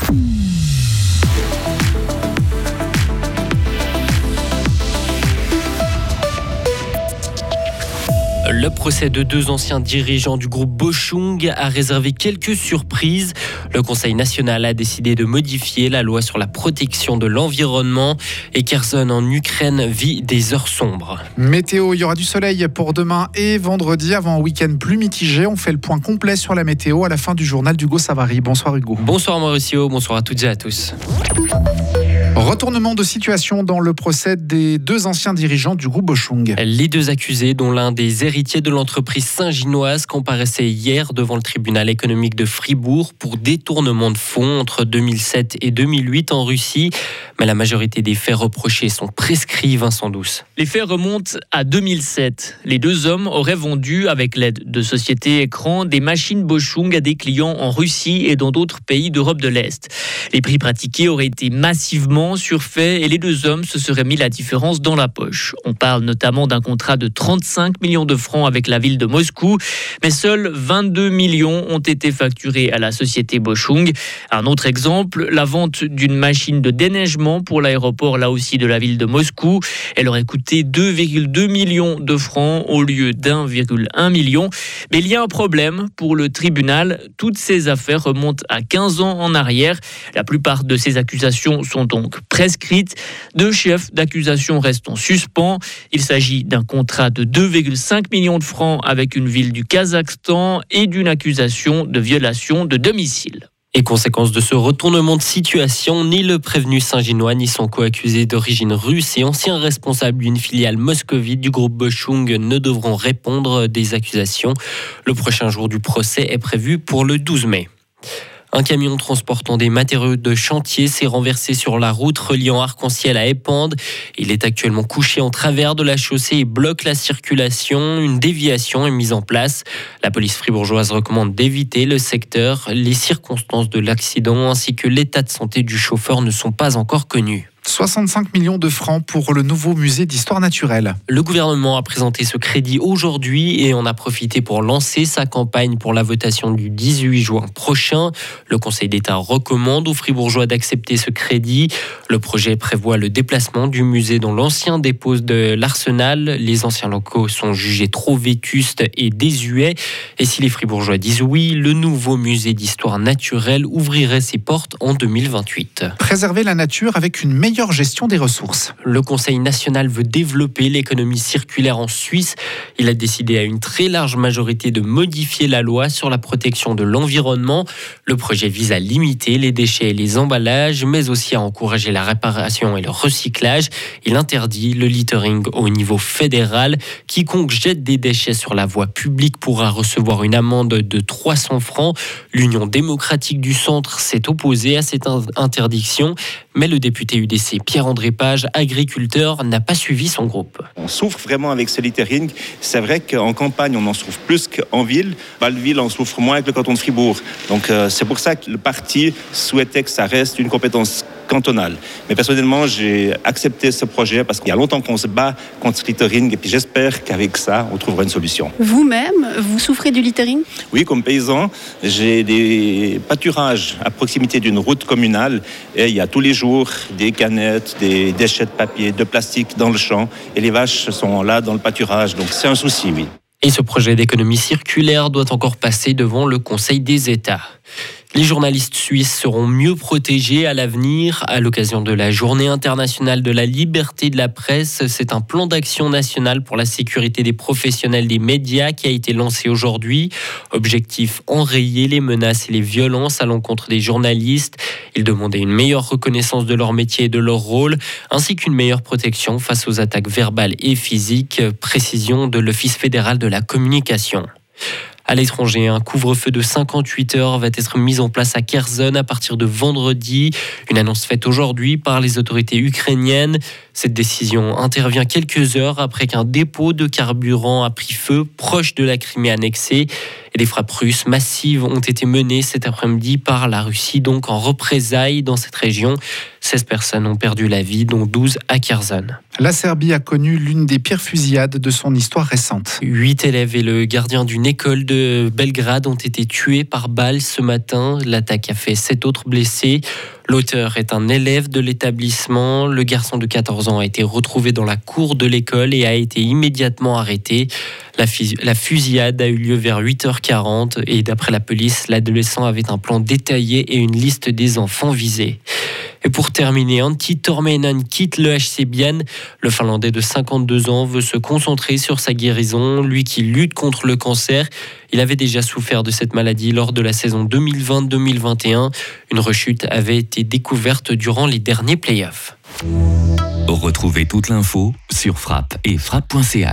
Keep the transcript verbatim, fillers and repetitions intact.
Le procès de deux anciens dirigeants du groupe Bochung a réservé quelques surprises. Le Conseil national a décidé de modifier la loi sur la protection de l'environnement et Kherson en Ukraine vit des heures sombres. Météo, il y aura du soleil pour demain et vendredi avant un week-end plus mitigé. On fait le point complet sur la météo à la fin du journal d'Hugo Savary. Bonsoir Hugo. Bonsoir Mauricio, bonsoir à toutes et à tous. Retournement de situation dans le procès des deux anciens dirigeants du groupe Bochung. Les deux accusés, dont l'un des héritiers de l'entreprise saint-ginoise, comparaissaient hier devant le tribunal économique de Fribourg pour détournement de fonds entre deux mille sept et deux mille huit en Russie. Mais la majorité des faits reprochés sont prescrits, Vincent Douce. Les faits remontent à deux mille sept. Les deux hommes auraient vendu, avec l'aide de sociétés écrans, des machines Bochung à des clients en Russie et dans d'autres pays d'Europe de l'Est. Les prix pratiqués auraient été massivement surfaits et les deux hommes se seraient mis la différence dans la poche. On parle notamment d'un contrat de trente-cinq millions de francs avec la ville de Moscou, mais seuls vingt-deux millions ont été facturés à la société Bochung. Un autre exemple, la vente d'une machine de déneigement pour l'aéroport, là aussi de la ville de Moscou. Elle aurait coûté deux virgule deux millions de francs au lieu d'un virgule un million. Mais il y a un problème pour le tribunal. Toutes ces affaires remontent à quinze ans en arrière. La plupart de ces accusations sont donc prescrites. Deux chefs d'accusation restent en suspens. Il s'agit d'un contrat de deux virgule cinq millions de francs avec une ville du Kazakhstan et d'une accusation de violation de domicile. Et conséquence de ce retournement de situation, ni le prévenu saint-ginois ni son co-accusé d'origine russe et ancien responsable d'une filiale moscovite du groupe Bochung ne devront répondre des accusations. Le prochain jour du procès est prévu pour le douze mai. Un camion transportant des matériaux de chantier s'est renversé sur la route reliant Arc-en-Ciel à Épande. Il est actuellement couché en travers de la chaussée et bloque la circulation. Une déviation est mise en place. La police fribourgeoise recommande d'éviter le secteur. Les circonstances de l'accident ainsi que l'état de santé du chauffeur ne sont pas encore connus. soixante-cinq millions de francs pour le nouveau musée d'histoire naturelle. Le gouvernement a présenté ce crédit aujourd'hui et en a profité pour lancer sa campagne pour la votation du dix-huit juin prochain. Le Conseil d'État recommande aux Fribourgeois d'accepter ce crédit. Le projet prévoit le déplacement du musée dans l'ancien dépôt de l'Arsenal. Les anciens locaux sont jugés trop vétustes et désuets. Et si les Fribourgeois disent oui, le nouveau musée d'histoire naturelle ouvrirait ses portes en deux mille vingt-huit. Préserver la nature avec une meilleure gestion des ressources. Le Conseil national veut développer l'économie circulaire en Suisse. Il a décidé à une très large majorité de modifier la loi sur la protection de l'environnement. Le projet vise à limiter les déchets et les emballages, mais aussi à encourager la réparation et le recyclage. Il interdit le littering au niveau fédéral. Quiconque jette des déchets sur la voie publique pourra recevoir une amende de trois cents francs. L'Union démocratique du centre s'est opposée à cette interdiction, mais le député U D C Pierre-André Page, agriculteur, n'a pas suivi son groupe. On souffre vraiment avec ce littering. C'est vrai qu'en campagne, on en souffre plus qu'en ville. Val-de-Ville en souffre moins que le canton de Fribourg. Donc euh, c'est pour ça que le parti souhaitait que ça reste une compétence cantonale. Mais personnellement, j'ai accepté ce projet parce qu'il y a longtemps qu'on se bat contre ce littering et puis j'espère qu'avec ça, on trouvera une solution. Vous-même, vous souffrez du littering ? Oui, comme paysan, j'ai des pâturages à proximité d'une route communale et il y a tous les jours des canettes, des déchets de papier, de plastique dans le champ et les vaches sont là dans le pâturage. Donc c'est un souci, oui. Et ce projet d'économie circulaire doit encore passer devant le Conseil des États. Les journalistes suisses seront mieux protégés à l'avenir. À l'occasion de la Journée internationale de la liberté de la presse, c'est un plan d'action national pour la sécurité des professionnels des médias qui a été lancé aujourd'hui. Objectif, enrayer les menaces et les violences à l'encontre des journalistes. Ils demandaient une meilleure reconnaissance de leur métier et de leur rôle, ainsi qu'une meilleure protection face aux attaques verbales et physiques. Précision de l'Office fédéral de la communication. À l'étranger, un couvre-feu de cinquante-huit heures va être mis en place à Kherson à partir de vendredi. Une annonce faite aujourd'hui par les autorités ukrainiennes. Cette décision intervient quelques heures après qu'un dépôt de carburant a pris feu proche de la Crimée annexée. Et des frappes russes massives ont été menées cet après-midi par la Russie, donc en représailles dans cette région. seize personnes ont perdu la vie, dont douze à Kherson. La Serbie a connu l'une des pires fusillades de son histoire récente. Huit élèves et le gardien d'une école de Belgrade ont été tués par balle ce matin. L'attaque a fait sept autres blessés. L'auteur est un élève de l'établissement. Le garçon de quatorze ans a été retrouvé dans la cour de l'école et a été immédiatement arrêté. La, fus- la fusillade a eu lieu vers huit heures quarante et d'après la police, l'adolescent avait un plan détaillé et une liste des enfants visés. Et pour terminer, Antti Tormeinen quitte le H C Bienne. Le Finlandais de cinquante-deux ans veut se concentrer sur sa guérison. Lui qui lutte contre le cancer, il avait déjà souffert de cette maladie lors de la saison deux mille vingt deux mille vingt et un. Une rechute avait été découverte durant les derniers play-offs. Retrouvez toute l'info sur frappe et frappe point c h.